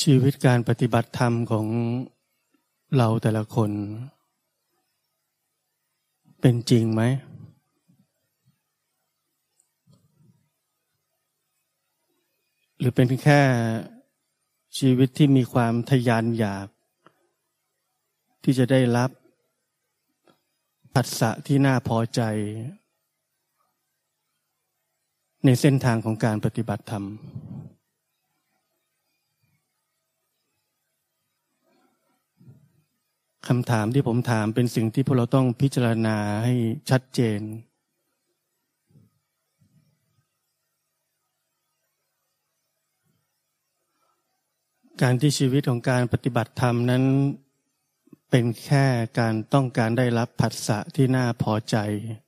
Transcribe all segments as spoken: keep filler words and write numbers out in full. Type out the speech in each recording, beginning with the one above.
ชีวิตการปฏิบัติธรรมของเราแต่ละคนเป็นจริงไหมหรือเป็นแค่ชีวิตที่มีความทะยานอยากที่จะได้รับผัสสะที่น่าพอใจในเส้นทางของการปฏิบัติธรรมคำถามที่ผมถามเป็นสิ่งที่พวกเราต้องพิจารณาให้ชัดเจนการที่ชีวิตของการปฏิบัติธรรมนั้นเป็นแค่การต้องการได้รับผัสสะที่น่าพอใจ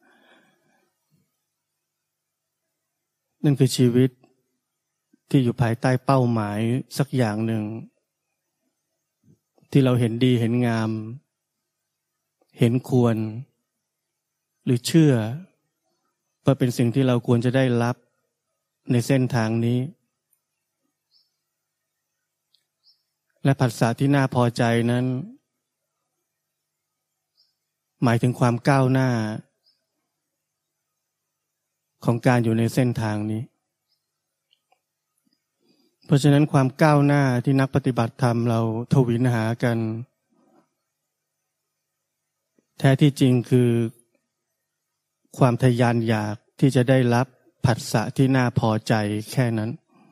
นั่นคือชีวิตที่อยู่ภายใต้เป้าหมายสักอย่างหนึ่งที่เราเห็นดีเห็นงามเห็นควรหรือเชื่อว่าเป็นสิ่งที่เราควรจะได้รับในเส้นทางนี้และผัสสะที่น่าพอใจนั้นหมายถึงความก้าวหน้าของการอยู่ในเส้นทางนี้เพราะฉะนั้นความก้าวหน้าที่นักปฏิบัติธรรมเราทวินหากันแท้ที่จริงคือความทะยานอยากที่จะได้รับผัสสะที่น่าพอใจแค่นั้น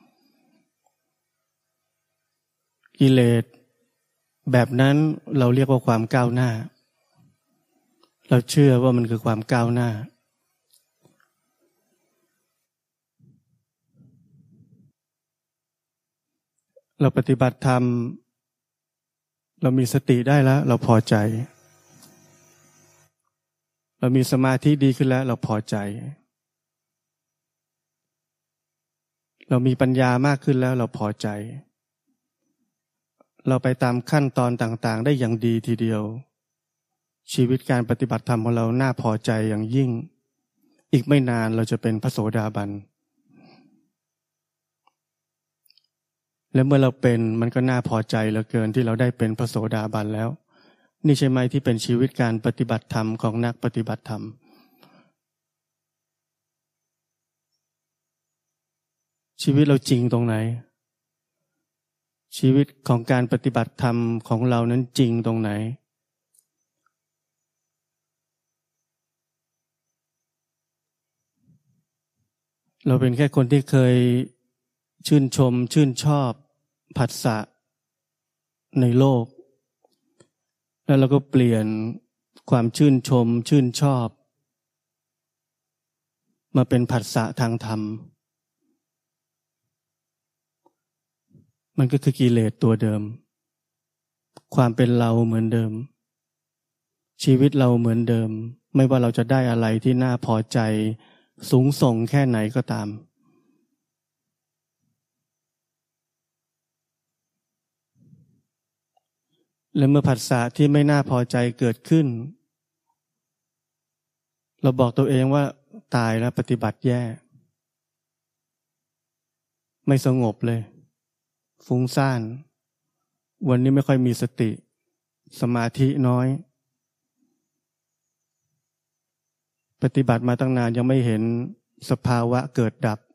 กิเลสแบบนั้นเราเรียกว่าความก้าวหน้าเราเชื่อว่ามันคือความก้าวหน้าเราปฏิบัติธรรมเรามีสติได้แล้วเราพอใจเรามีสมาธิดีขึ้นแล้วเราพอใจเรามีปัญญามากขึ้นแล้วเราพอใจเราไปตามขั้นตอนต่างๆได้อย่างดีทีเดียวชีวิตการปฏิบัติธรรมของเราน่าพอใจอย่างยิ่งอีกไม่นานเราจะเป็นพระโสดาบันและเมื่อเราเป็นมันก็น่าพอใจเหลือเกินที่เราได้เป็นพระโสดาบันแล้วนี่ใช่ไหมที่เป็นชีวิตการปฏิบัติธรรมของนักปฏิบัติธรรมชีวิตเราจริงตรงไหนชีวิตของการปฏิบัติธรรมของเรานั้นจริงตรงไหนเราเป็นแค่คนที่เคยชื่นชมชื่นชอบผัสสะในโลกแล้วเราก็เปลี่ยนความชื่นชมชื่นชอบมาเป็นผัสสะทางธรรมมันก็คือกิเลสตัวเดิมความเป็นเราเหมือนเดิมชีวิตเราเหมือนเดิมไม่ว่าเราจะได้อะไรที่น่าพอใจสูงส่งแค่ไหนก็ตามและเมื่อผัสสะที่ไม่น่าพอใจเกิดขึ้นเราบอกตัวเองว่าตายแล้วปฏิบัติแย่ไม่สงบเลยฟุ้งซ่านวันนี้ไม่ค่อยมีสติสมาธิน้อยปฏิบัติมาตั้งนานยังไม่เห็นสภาวะเกิดดับ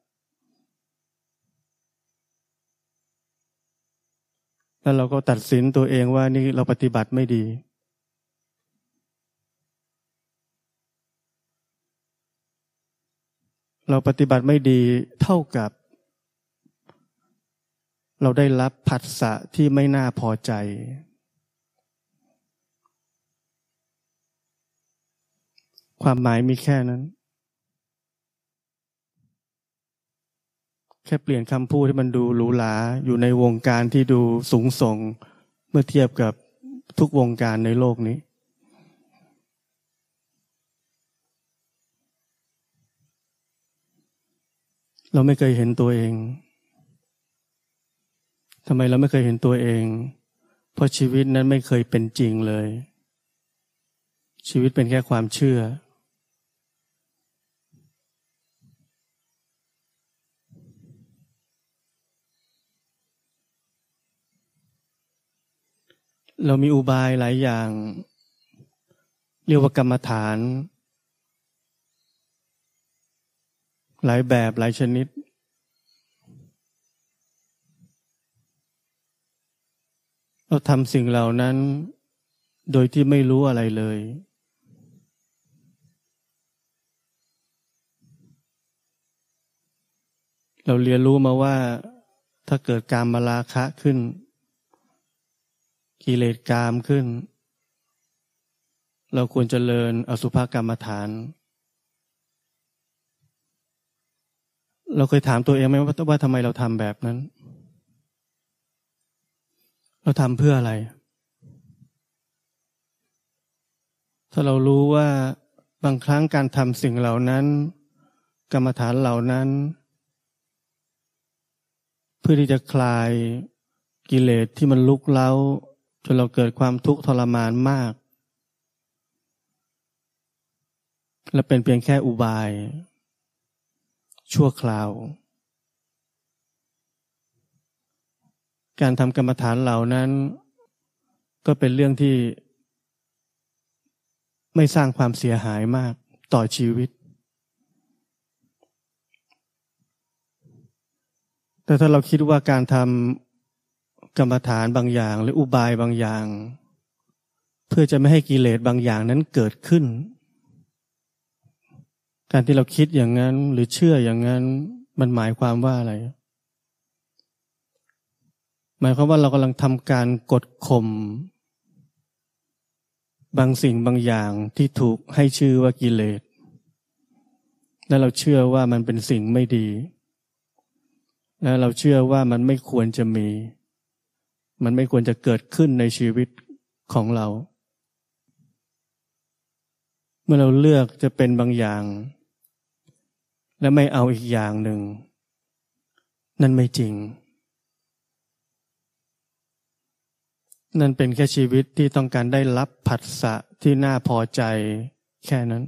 แล้วเราก็ตัดสินตัวเองว่านี่เราปฏิบัติไม่ดีเราปฏิบัติไม่ดีเท่ากับเราได้รับผัสสะที่ไม่น่าพอใจความหมายมีแค่นั้นแค่เปลี่ยนคำพูดให้มันดูหรูหราอยู่ในวงการที่ดูสูงส่งเมื่อเทียบกับทุกวงการในโลกนี้เราไม่เคยเห็นตัวเองทำไมเราไม่เคยเห็นตัวเองเพราะชีวิตนั้นไม่เคยเป็นจริงเลยชีวิตเป็นแค่ความเชื่อเรามีอุบายหลายอย่างเรียกว่ากรรมฐานหลายแบบหลายชนิดเราทำสิ่งเหล่านั้นโดยที่ไม่รู้อะไรเลยเราเรียนรู้มาว่าถ้าเกิดกามราคะขึ้นกิเลสกามขึ้นเราควรเจริญอสุภกรรมฐานเราเคยถามตัวเองไหมว่าว่าทำไมเราทำแบบนั้นเราทำเพื่ออะไรถ้าเรารู้ว่าบางครั้งการทำสิ่งเหล่านั้นกรรมฐานเหล่านั้นเพื่อที่จะคลายกิเลสที่มันลุกเร้าจนเราเกิดความทุกข์ทรมานมากและเป็นเพียงแค่อุบายชั่วคราวการทำกรรมฐานเหล่านั้นก็เป็นเรื่องที่ไม่สร้างความเสียหายมากต่อชีวิตแต่ถ้าเราคิดว่าการทำกรรมฐานบางอย่างหรืออุบายบางอย่างเพื่อจะไม่ให้กิเลสบางอย่างนั้นเกิดขึ้นการที่เราคิดอย่างนั้นหรือเชื่ออย่างนั้นมันหมายความว่าอะไรหมายความว่าเรากำลังทำการกดข่มบางสิ่งบางอย่างที่ถูกให้ชื่อว่ากิเลสและเราเชื่อว่ามันเป็นสิ่งไม่ดีและเราเชื่อว่ามันไม่ควรจะมีมันไม่ควรจะเกิดขึ้นในชีวิตของเราเมื่อเราเลือกจะเป็นบางอย่างและไม่เอาอีกอย่างหนึ่งนั่นไม่จริงนั่นเป็นแค่ชีวิตที่ต้องการได้รับผัสสะที่น่าพอใจแค่นั้น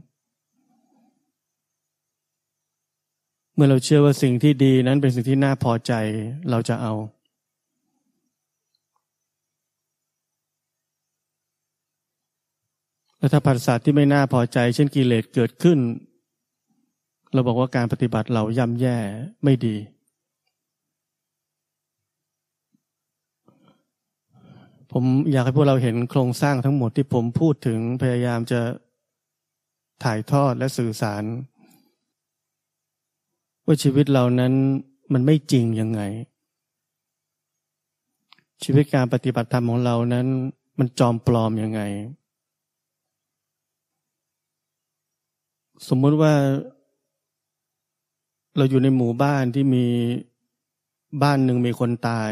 เมื่อเราเชื่อว่าสิ่งที่ดีนั้นเป็นสิ่งที่น่าพอใจเราจะเอาแล้วถ้าผัสสะที่ไม่น่าพอใจเช่นกิเลสเกิดขึ้นเราบอกว่าการปฏิบัติเราย่ำแย่ไม่ดีผมอยากให้พวกเราเห็นโครงสร้างทั้งหมดที่ผมพูดถึงพยายามจะถ่ายทอดและสื่อสารว่าชีวิตเรานั้นมันไม่จริงยังไงชีวิตการปฏิบัติธรรมของเรานั้นมันจอมปลอมยังไงสมมติว่าเราอยู่ในหมู่บ้านที่มีบ้านหนึ่งมีคนตาย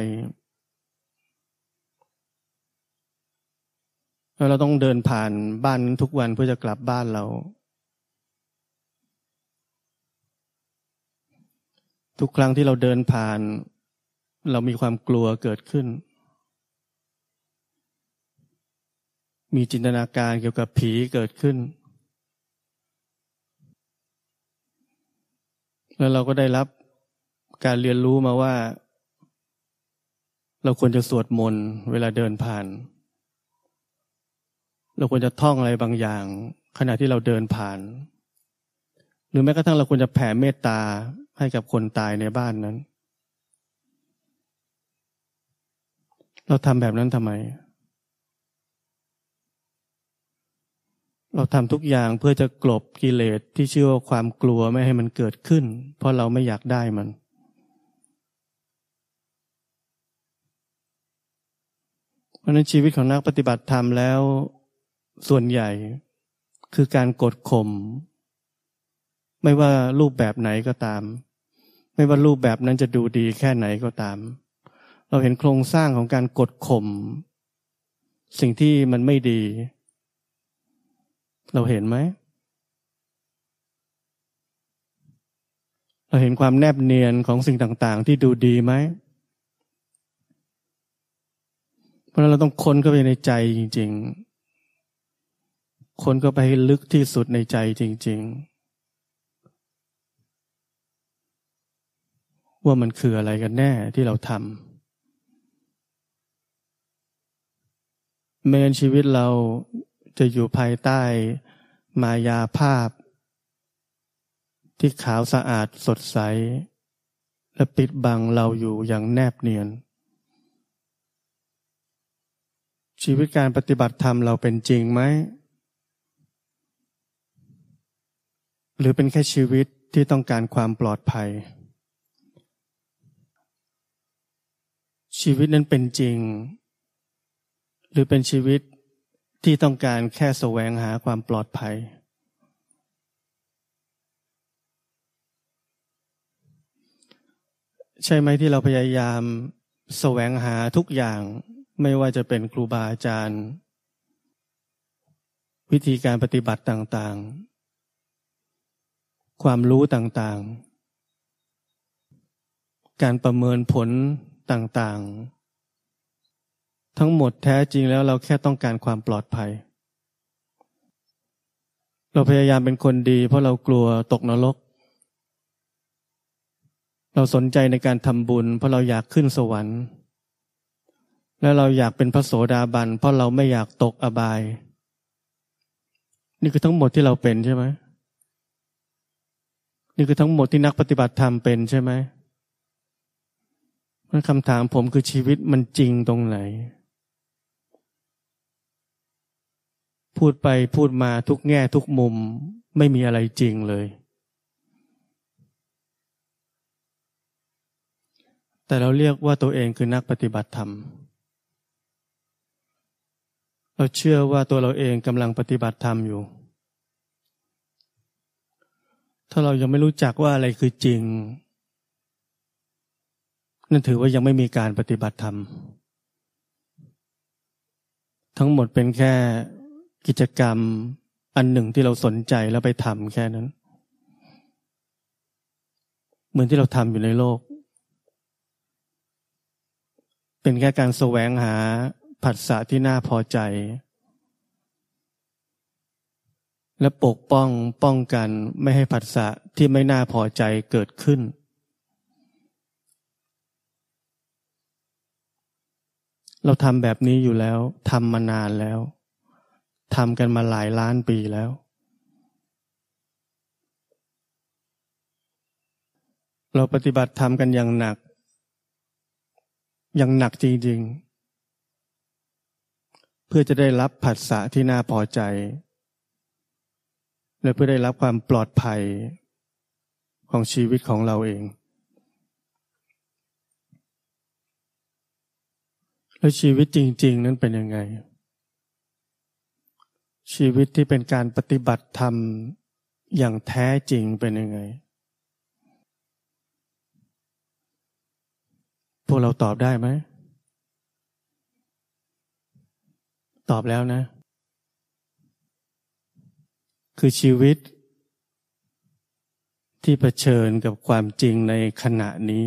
แล้วเราต้องเดินผ่านบ้านนั้นทุกวันเพื่อจะกลับบ้านเราทุกครั้งที่เราเดินผ่านเรามีความกลัวเกิดขึ้นมีจินตนาการเกี่ยวกับผีเกิดขึ้นแล้วเราก็ได้รับการเรียนรู้มาว่าเราควรจะสวดมนต์เวลาเดินผ่านเราควรจะท่องอะไรบางอย่างขณะที่เราเดินผ่านหรือแม้กระทั่งเราควรจะแผ่เมตตาให้กับคนตายในบ้านนั้นเราทำแบบนั้นทำไมเราทำทุกอย่างเพื่อจะกลบกิเลสที่ชื่อว่าความกลัวไม่ให้มันเกิดขึ้นเพราะเราไม่อยากได้มันเพราะนั้นชีวิตของนักปฏิบัติธรรมแล้วส่วนใหญ่คือการกดข่มไม่ว่ารูปแบบไหนก็ตามไม่ว่ารูปแบบนั้นจะดูดีแค่ไหนก็ตามเราเห็นโครงสร้างของการกดข่มสิ่งที่มันไม่ดีเราเห็นไหมเราเห็นความแนบเนียนของสิ่งต่างๆที่ดูดีไหมเพราะฉะนั้นเราต้องค้นเข้าไปในใจจริงๆค้นเข้าไปให้ลึกที่สุดในใจจริงๆว่ามันคืออะไรกันแน่ที่เราทไม่งั้นชีวิตเราจะอยู่ภายใต้มายาภาพที่ขาวสะอาดสดใสและปิดบังเราอยู่อย่างแนบเนียนชีวิตการปฏิบัติธรรมเราเป็นจริงไหมหรือเป็นแค่ชีวิตที่ต้องการความปลอดภัยชีวิตนั้นเป็นจริงหรือเป็นชีวิตที่ต้องการแค่แสวงหาความปลอดภัยใช่ไหมที่เราพยายามแสวงหาทุกอย่างไม่ว่าจะเป็นครูบาอาจารย์วิธีการปฏิบัติต่างๆความรู้ต่างๆการประเมินผลต่างๆทั้งหมดแท้จริงแล้วเราแค่ต้องการความปลอดภัยเราพยายามเป็นคนดีเพราะเรากลัวตกนรกเราสนใจในการทำบุญเพราะเราอยากขึ้นสวรรค์และเราอยากเป็นพระโสดาบันเพราะเราไม่อยากตกอบายนี่คือทั้งหมดที่เราเป็นใช่ไหมนี่คือทั้งหมดที่นักปฏิบัติธรรมเป็นใช่ไหมคำถามผมคือชีวิตมันจริงตรงไหนพูดไปพูดมาทุกแง่ทุกมุมไม่มีอะไรจริงเลยแต่เราเรียกว่าตัวเองคือนักปฏิบัติธรรมเราเชื่อว่าตัวเราเองกำลังปฏิบัติธรรมอยู่ถ้าเรายังไม่รู้จักว่าอะไรคือจริงนั่นถือว่ายังไม่มีการปฏิบัติธรรมทั้งหมดเป็นแค่กิจกรรมอันหนึ่งที่เราสนใจแล้วไปทำแค่นั้นเหมือนที่เราทำอยู่ในโลกเป็นแค่การแสวงหาผัสสะที่น่าพอใจและปกป้องป้องกันไม่ให้ผัสสะที่ไม่น่าพอใจเกิดขึ้นเราทำแบบนี้อยู่แล้วทำมานานแล้วทำกันมาหลายล้านปีแล้วเราปฏิบัติธรรมกันอย่างหนักอย่างหนักจริงๆเพื่อจะได้รับผัสสะที่น่าพอใจและเพื่อได้รับความปลอดภัยของชีวิตของเราเองแล้วชีวิตจริงๆนั้นเป็นยังไงชีวิตที่เป็นการปฏิบัติธรรมอย่างแท้จริงเป็นยังไงพวกเราตอบได้ไหมตอบแล้วนะคือชีวิตที่เผชิญกับความจริงในขณะนี้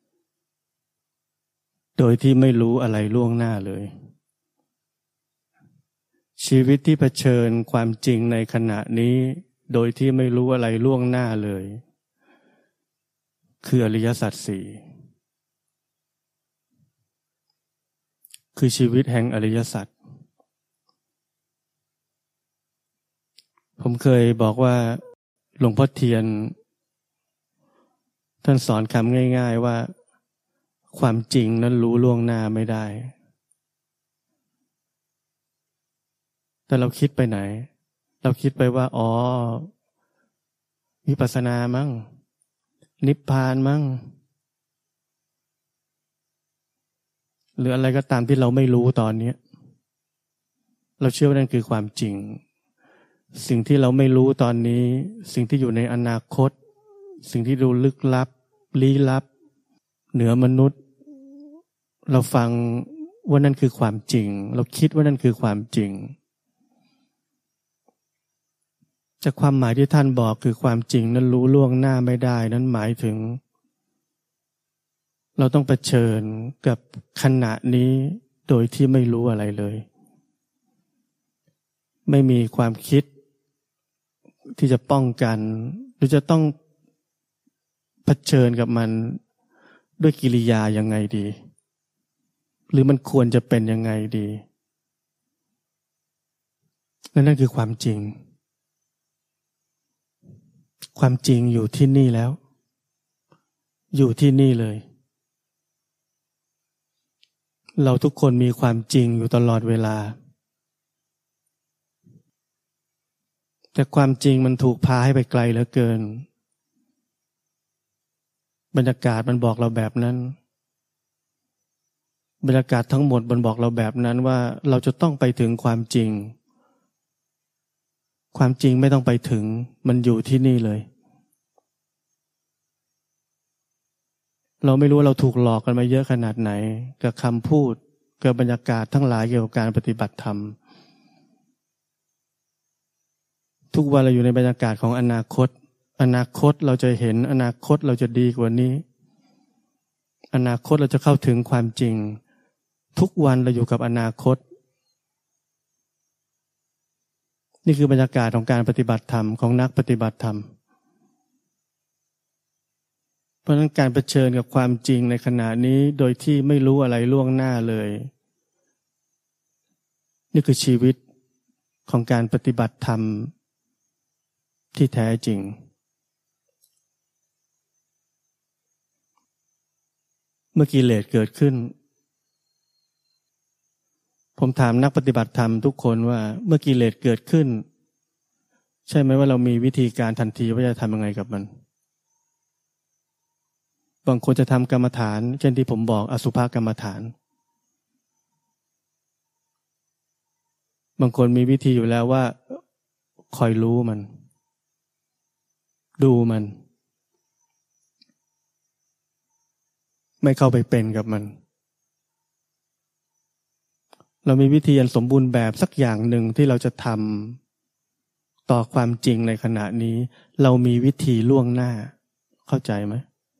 โดยที่ไม่รู้อะไรล่วงหน้าเลยชีวิตที่เผชิญความจริงในขณะนี้โดยที่ไม่รู้อะไรล่วงหน้าเลยคืออริยสัจสี่คือชีวิตแห่งอริยสัจผมเคยบอกว่าหลวงพ่อเทียนท่านสอนคำง่ายๆว่าความจริงนั้นรู้ล่วงหน้าไม่ได้แต่เราคิดไปไหนเราคิดไปว่าอ๋อวิปัสสนามั้งนิพพานมั้งหรืออะไรก็ตามที่เราไม่รู้ตอนนี้เราเชื่อว่านั่นคือความจริงสิ่งที่เราไม่รู้ตอนนี้สิ่งที่อยู่ในอนาคตสิ่งที่ดูลึกลับลี้ลับเหนือมนุษย์เราฟังว่านั่นคือความจริงเราคิดว่านั่นคือความจริงแต่ความหมายที่ท่านบอกคือความจริงนั้นรู้ล่วงหน้าไม่ได้นั้นหมายถึงเราต้องเผชิญกับขณะนี้โดยที่ไม่รู้อะไรเลยไม่มีความคิดที่จะป้องกันหรือจะต้องเผชิญกับมันด้วยกิริยายังไงดีหรือมันควรจะเป็นยังไงดีและนั่นคือความจริงความจริงอยู่ที่นี่แล้วอยู่ที่นี่เลยเราทุกคนมีความจริงอยู่ตลอดเวลาแต่ความจริงมันถูกพาให้ไปไกลเหลือเกินบรรยากาศมันบอกเราแบบนั้นบรรยากาศทั้งหมดมันบอกเราแบบนั้นว่าเราจะต้องไปถึงความจริงความจริงไม่ต้องไปถึงมันอยู่ที่นี่เลยเราไม่รู้ว่าเราถูกหลอกกันมาเยอะขนาดไหนกับคำพูดกับบรรยากาศทั้งหลายเกี่ยวกับการปฏิบัติธรรมทุกวันเราอยู่ในบรรยากาศของอนาคตอนาคตเราจะเห็นอนาคตเราจะดีกว่านี้อนาคตเราจะเข้าถึงความจริงทุกวันเราอยู่กับอนาคตนี่คือบรรยากาศของการปฏิบัติธรรมของนักปฏิบัติธรรมเพราะฉะนั้นการเผชิญกับความจริงในขณะนี้โดยที่ไม่รู้อะไรล่วงหน้าเลยนี่คือชีวิตของการปฏิบัติธรรมที่แท้จริงเมื่อกิเลสเกิดขึ้นผมถามนักปฏิบัติธรรมทุกคนว่าเมื่อกิเลสเกิดขึ้นใช่ไหมว่าเรามีวิธีการทันทีว่าจะทำยังไงกับมันบางคนจะทำกรรมฐานเช่นที่ผมบอกอสุภกรรมฐานบางคนมีวิธีอยู่แล้วว่าคอยรู้มันดูมันไม่เข้าไปเป็นกับมันเรามีวิธีอันสมบูรณ์แบบสักอย่างหนึ่งที่เราจะทำต่อความจริงในขณะนี้เรามีวิธีล่วงหน้าเข้าใจไหม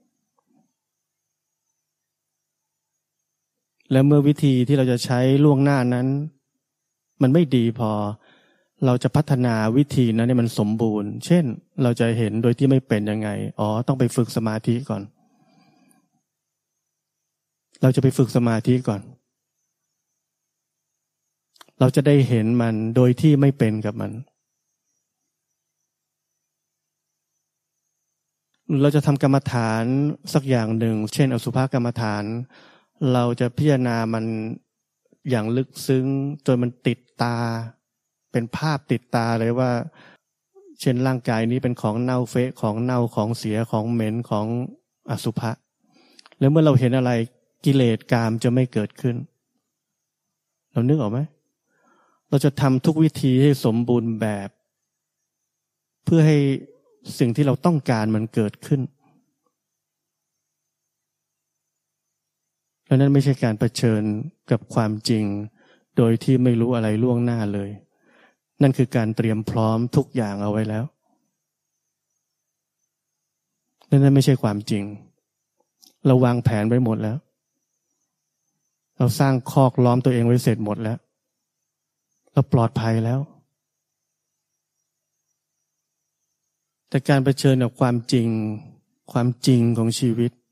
และเมื่อวิธีที่เราจะใช้ล่วงหน้านั้นมันไม่ดีพอเราจะพัฒนาวิธีนั้นให้มันสมบูรณ์เช่นเราจะเห็นโดยที่ไม่เป็นยังไงอ๋อต้องไปฝึกสมาธิก่อนเราจะไปฝึกสมาธิก่อนเราจะได้เห็นมันโดยที่ไม่เป็นกับมันเราจะทำกรรมฐานสักอย่างหนึ่งเช่นอสุภกรรมฐานเราจะพิจารณามันอย่างลึกซึ้งจนมันติดตาเป็นภาพติดตาเลยว่าเช่นร่างกายนี้เป็นของเน่าเฟะของเน่าของเสียของเหม็นของอสุภะแล้วเมื่อเราเห็นอะไรกิเลสกามจะไม่เกิดขึ้นเรานึกออกไหมเราจะทำทุกวิธีให้สมบูรณ์แบบเพื่อให้สิ่งที่เราต้องการมันเกิดขึ้นและนั่นไม่ใช่การเผชิญกับความจริงโดยที่ไม่รู้อะไรล่วงหน้าเลยนั่นคือการเตรียมพร้อมทุกอย่างเอาไว้แล้วและนั่นไม่ใช่ความจริงเราวางแผนไว้หมดแล้วเราสร้างคอกล้อมตัวเองไว้เสร็จหมดแล้วเราปลอดภัยแล้วแต่การเผชิญกับความจริงความจริงของชีวิต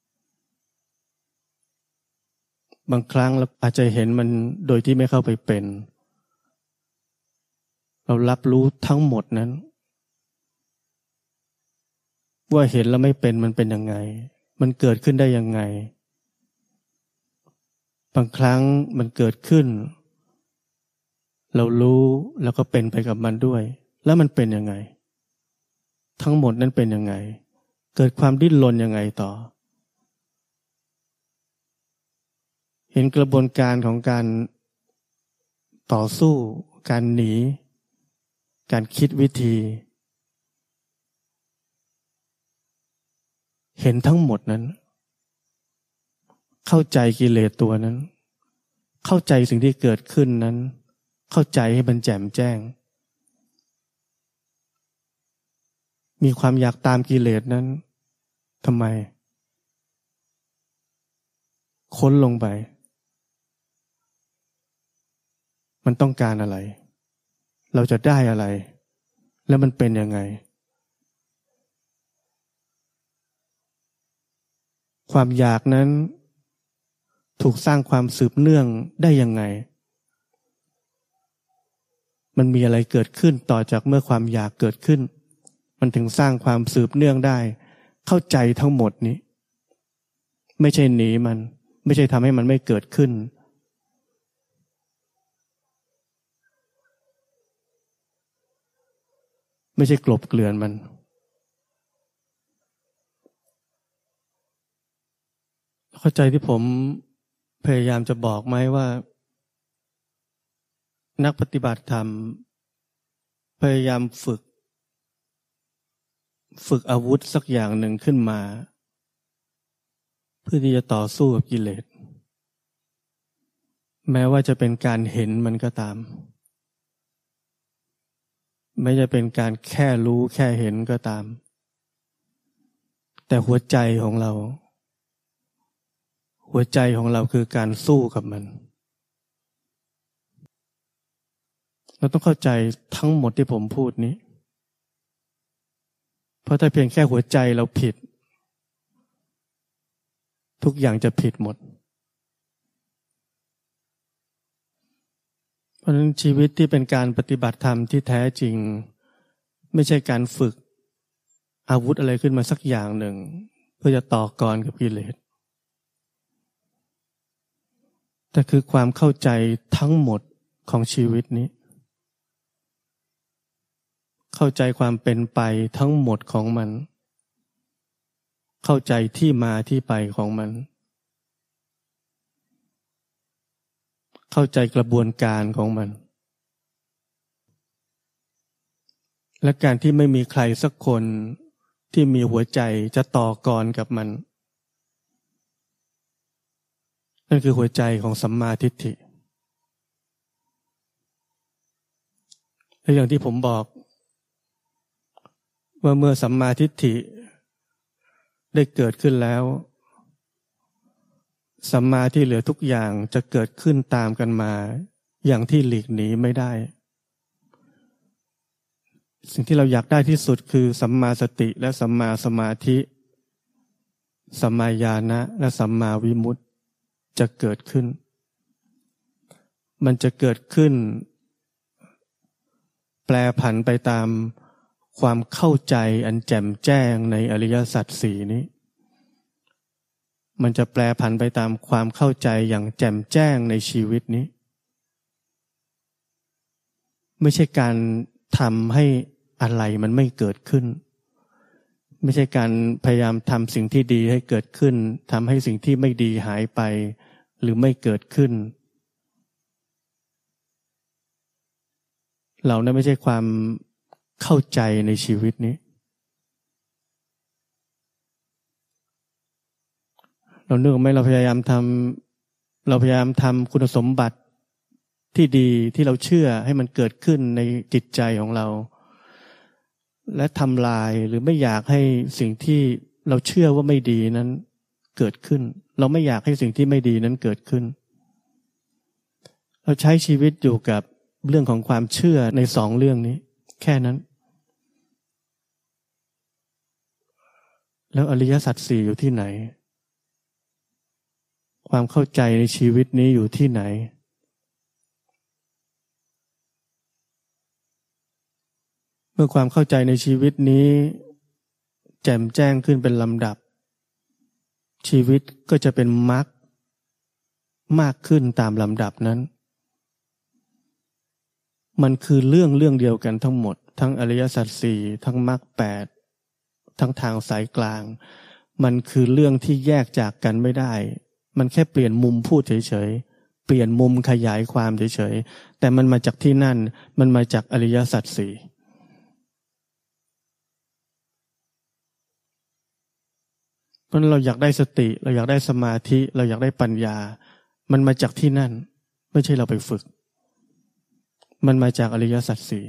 บางครั้งเราอาจจะเห็นมันโดยที่ไม่เข้าไปเป็นเรารับรู้ทั้งหมดนั้นว่าเห็นแล้วไม่เป็นมันเป็นยังไงมันเกิดขึ้นได้ยังไงบางครั้งมันเกิดขึ้นเรารู้แล้วก็เป็นไปกับมันด้วยแล้วมันเป็นยังไงทั้งหมดนั้นเป็นยังไงเกิดความดิ้นรนยังไงต่อเห็นกระบวนการของการต่อสู้การหนีการคิดวิธีเห็นทั้งหมดนั้นเข้าใจกิเลสตัวนั้นเข้าใจสิ่งที่เกิดขึ้นนั้นเข้าใจให้มันแจ่มแจ้งมีความอยากตามกิเลสนั้นทำไมค้นลงไปมันต้องการอะไรเราจะได้อะไรแล้วมันเป็นยังไงความอยากนั้นถูกสร้างความสืบเนื่องได้ยังไงมันมีอะไรเกิดขึ้นต่อจากเมื่อความอยากเกิดขึ้นมันถึงสร้างความสืบเนื่องได้เข้าใจทั้งหมดนี้ไม่ใช่หนีมันไม่ใช่ทำให้มันไม่เกิดขึ้นไม่ใช่กลบเกลื่อนมันเข้าใจที่ผมพยายามจะบอกไหมว่านักปฏิบัติธรรมพยายามฝึกฝึกอาวุธสักอย่างหนึ่งขึ้นมาเพื่อที่จะต่อสู้กับกิเลสแม้ว่าจะเป็นการเห็นมันก็ตามไม่จะเป็นการแค่รู้แค่เห็นก็ตามแต่หัวใจของเราหัวใจของเราคือการสู้กับมันเราต้องเข้าใจทั้งหมดที่ผมพูดนี้เพราะถ้าเพียงแค่หัวใจเราผิดทุกอย่างจะผิดหมดเพราะฉะนั้นชีวิตที่เป็นการปฏิบัติธรรมที่แท้จริงไม่ใช่การฝึกอาวุธอะไรขึ้นมาสักอย่างหนึ่งเพื่อจะต่อกรกับกิเลสแต่คือความเข้าใจทั้งหมดของชีวิตนี้เข้าใจความเป็นไปทั้งหมดของมันเข้าใจที่มาที่ไปของมันเข้าใจกระบวนการของมันและการที่ไม่มีใครสักคนที่มีหัวใจจะต่อกรกับมันนั่นคือหัวใจของสัมมาทิฏฐิและอย่างที่ผมบอกว่าเมื่อสัมมาทิฏฐิได้เกิดขึ้นแล้วสัมมาที่เหลือทุกอย่างจะเกิดขึ้นตามกันมาอย่างที่หลีกหนีไม่ได้สิ่งที่เราอยากได้ที่สุดคือสัมมาสติและสัมมาสมาธิสัมมาญาณะและสัมมาวิมุตติจะเกิดขึ้นมันจะเกิดขึ้นแปรผันไปตามความเข้าใจอันแจ่มแจ้งในอริยสัจสี่นี้มันจะแปรผันไปตามความเข้าใจอย่างแจ่มแจ้งในชีวิตนี้ไม่ใช่การทำให้อะไรมันไม่เกิดขึ้นไม่ใช่การพยายามทำสิ่งที่ดีให้เกิดขึ้นทำให้สิ่งที่ไม่ดีหายไปหรือไม่เกิดขึ้นเรานั้นไม่ใช่ความเข้าใจในชีวิตนี้เราเนื่องไหมเราพยายามทำเราพยายามทำคุณสมบัติที่ดีที่เราเชื่อให้มันเกิดขึ้นในจิตใจของเราและทำลายหรือไม่อยากให้สิ่งที่เราเชื่อว่าไม่ดีนั้นเกิดขึ้นเราไม่อยากให้สิ่งที่ไม่ดีนั้นเกิดขึ้นเราใช้ชีวิตอยู่กับเรื่องของความเชื่อในสองเรื่องนี้แค่นั้นแล้วอริยสัจสี่อยู่ที่ไหนความเข้าใจในชีวิตนี้อยู่ที่ไหนเมื่อความเข้าใจในชีวิตนี้แจ่มแจ้งขึ้นเป็นลำดับชีวิตก็จะเป็นมรรคมากขึ้นตามลำดับนั้นมันคือเรื่องเรื่องเดียวกันทั้งหมดทั้งอริยสัจสี่ทั้งมรรคแปดทั้งทางสายกลางมันคือเรื่องที่แยกจากกันไม่ได้มันแค่เปลี่ยนมุมพูดเฉยๆเปลี่ยนมุมขยายความเฉยๆแต่มันมาจากที่นั่นมันมาจากอริยสัจสี่เพราะเราอยากได้สติเราอยากได้สมาธิเราอยากได้ปัญญามันมาจากที่นั่นไม่ใช่เราไปฝึกมันมาจากอริยสัจสี่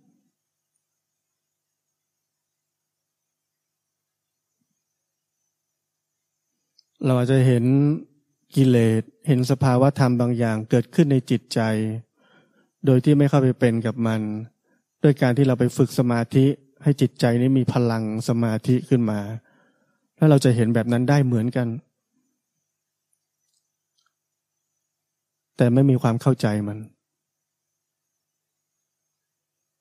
เราอาจจะเห็นกิเลสเห็นสภาวะธรรมบางอย่างเกิดขึ้นในจิตใจโดยที่ไม่เข้าไปเป็นกับมันด้วยการที่เราไปฝึกสมาธิให้จิตใจนี้มีพลังสมาธิขึ้นมาแล้วเราจะเห็นแบบนั้นได้เหมือนกันแต่ไม่มีความเข้าใจมัน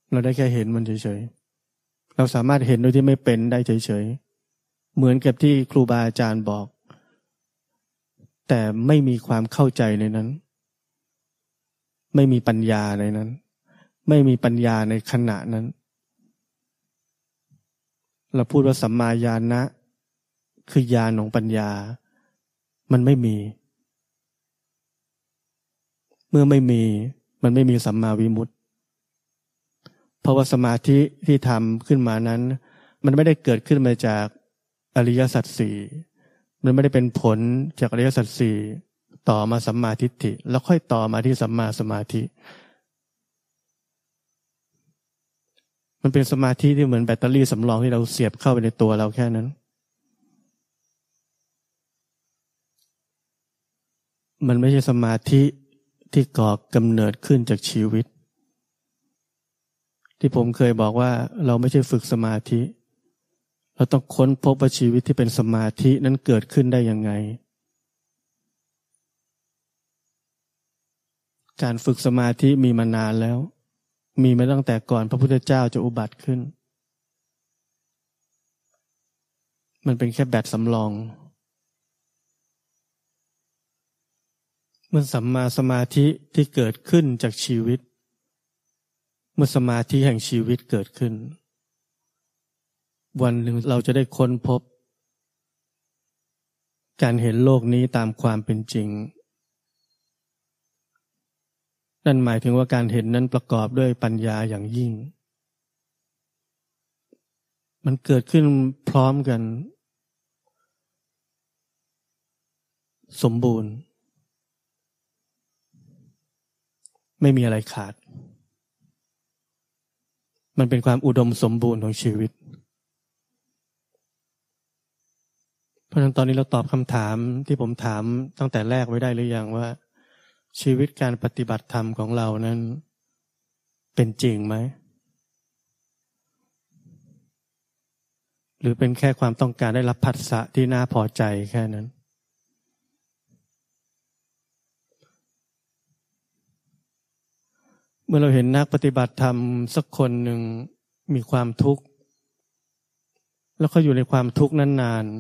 เราได้แค่เห็นมันเฉยๆเราสามารถเห็นโดยที่ไม่เป็นได้เฉยๆเหมือนกับที่ครูบาอาจารย์บอกแต่ไม่มีความเข้าใจในนั้นไม่มีปัญญาในนั้นไม่มีปัญญาในขณะนั้นเราพูดว่าสัมมาญาณะคือญาณของปัญญามันไม่มีเมื่อไม่มีมันไม่มีสัมมาวิมุตติเพราะว่าสมาธิที่ทำขึ้นมานั้นมันไม่ได้เกิดขึ้นมาจากอริยสัจสี่มันไม่ได้เป็นผลจากอริยสัจสี่ต่อมาสัมมาทิฏฐิแล้วค่อยต่อมาที่สัมมาสมาธิมันเป็นสมาธิที่เหมือนแบตเตอรี่สำรองที่เราเสียบเข้าไปในตัวเราแค่นั้นมันไม่ใช่สมาธิที่ก่อกำเนิดขึ้นจากชีวิตที่ผมเคยบอกว่าเราไม่ใช่ฝึกสมาธิเราต้องค้นพบว่าชีวิตที่เป็นสมาธินั้นเกิดขึ้นได้ยังไงการฝึกสมาธิมีมานานแล้วมีมาตั้งแต่ก่อนพระพุทธเจ้าจะอุบัติขึ้นมันเป็นแค่แบตสำรองเมื่อสัมมาสมาธิที่เกิดขึ้นจากชีวิตเมื่อสมาธิแห่งชีวิตเกิดขึ้นวันหนึ่งเราจะได้ค้นพบการเห็นโลกนี้ตามความเป็นจริงนั่นหมายถึงว่าการเห็นนั้นประกอบด้วยปัญญาอย่างยิ่งมันเกิดขึ้นพร้อมกันสมบูรณ์ไม่มีอะไรขาดมันเป็นความอุดมสมบูรณ์ของชีวิตเพราะฉะนั้นตอนนี้เราตอบคำถามที่ผมถามตั้งแต่แรกไว้ได้หรือยังว่าชีวิตการปฏิบัติธรรมของเรานั้นเป็นจริงไหมหรือเป็นแค่ความต้องการได้รับผัสสะที่น่าพอใจแค่นั้นเมื่อเราเห็นนักปฏิบัติธรรมสักคนหนึ่งมีความทุกข์แล้วเขาอยู่ในความทุกข์นั้นนาน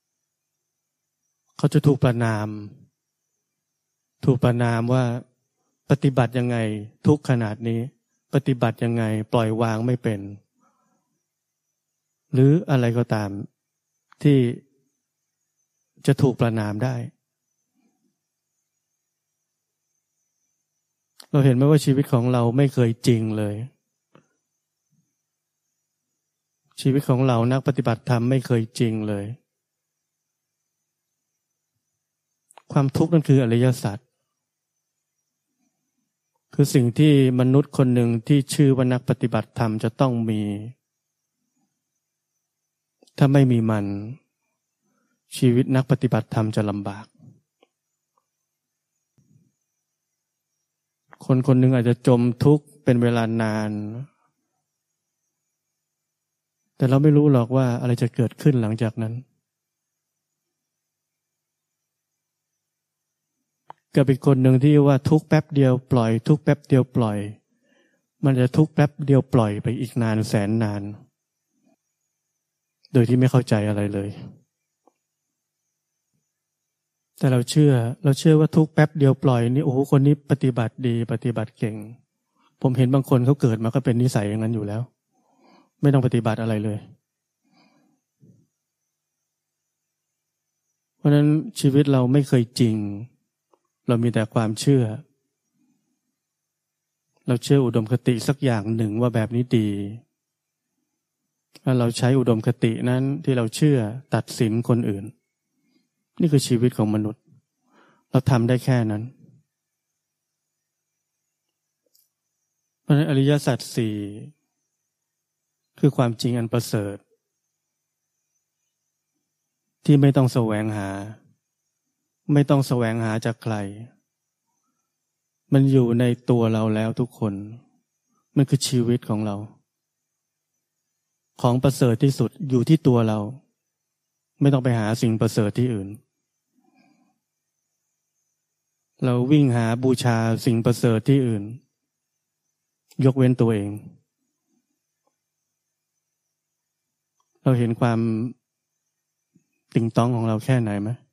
เขาจะถูกประณามถูกประณามว่าปฏิบัติยังไงทุกข์ขนาดนี้ปฏิบัติยังไงปล่อยวางไม่เป็นหรืออะไรก็ตามที่จะถูกประณามได้เราเห็นไหมว่าชีวิตของเราไม่เคยจริงเลยชีวิตของเรานักปฏิบัติธรรมไม่เคยจริงเลยความทุกข์นั่นคืออริยสัจคือสิ่งที่มนุษย์คนหนึ่งที่ชื่อว่านักปฏิบัติธรรมจะต้องมีถ้าไม่มีมันชีวิตนักปฏิบัติธรรมจะลำบากคนคนหนึ่งอาจจะจมทุกข์เป็นเวลานานแต่เราไม่รู้หรอกว่าอะไรจะเกิดขึ้นหลังจากนั้นก็เป็นคนหนึ่งที่ว่าทุกแป๊บเดียวปล่อยทุกแป๊บเดียวปล่อยมันจะทุกแป๊บเดียวปล่อยไปอีกนานแสนนานโดยที่ไม่เข้าใจอะไรเลยแต่เราเชื่อเราเชื่อว่าทุกแป๊บเดียวปล่อยนี่โอ้โหคนนี้ปฏิบัติดีปฏิบัติเก่งผมเห็นบางคนเขาเกิดมาก็เป็นนิสัยอย่างนั้นอยู่แล้วไม่ต้องปฏิบัติอะไรเลยเพราะฉะนั้นชีวิตเราไม่เคยจริงเรามีแต่ความเชื่อเราเชื่ออุดมคติสักอย่างหนึ่งว่าแบบนี้ดีแล้วเราใช้อุดมคตินั้นที่เราเชื่อตัดสินคนอื่นนี่คือชีวิตของมนุษย์เราทำได้แค่นั้นเพราะฉะนั้นอริยสัจสี่คือความจริงอันประเสริฐที่ไม่ต้องแสวงหาไม่ต้องแสวงหาจากใครมันอยู่ในตัวเราแล้วทุกคนมันคือชีวิตของเราของประเสริฐที่สุดอยู่ที่ตัวเราไม่ต้องไปหาสิ่งประเสริฐที่อื่นเราวิ่งหาบูชาสิ่งประเสริฐที่อื่นยกเว้นตัวเองเราเห็นความติงต้องของเราแค่ไหนไหม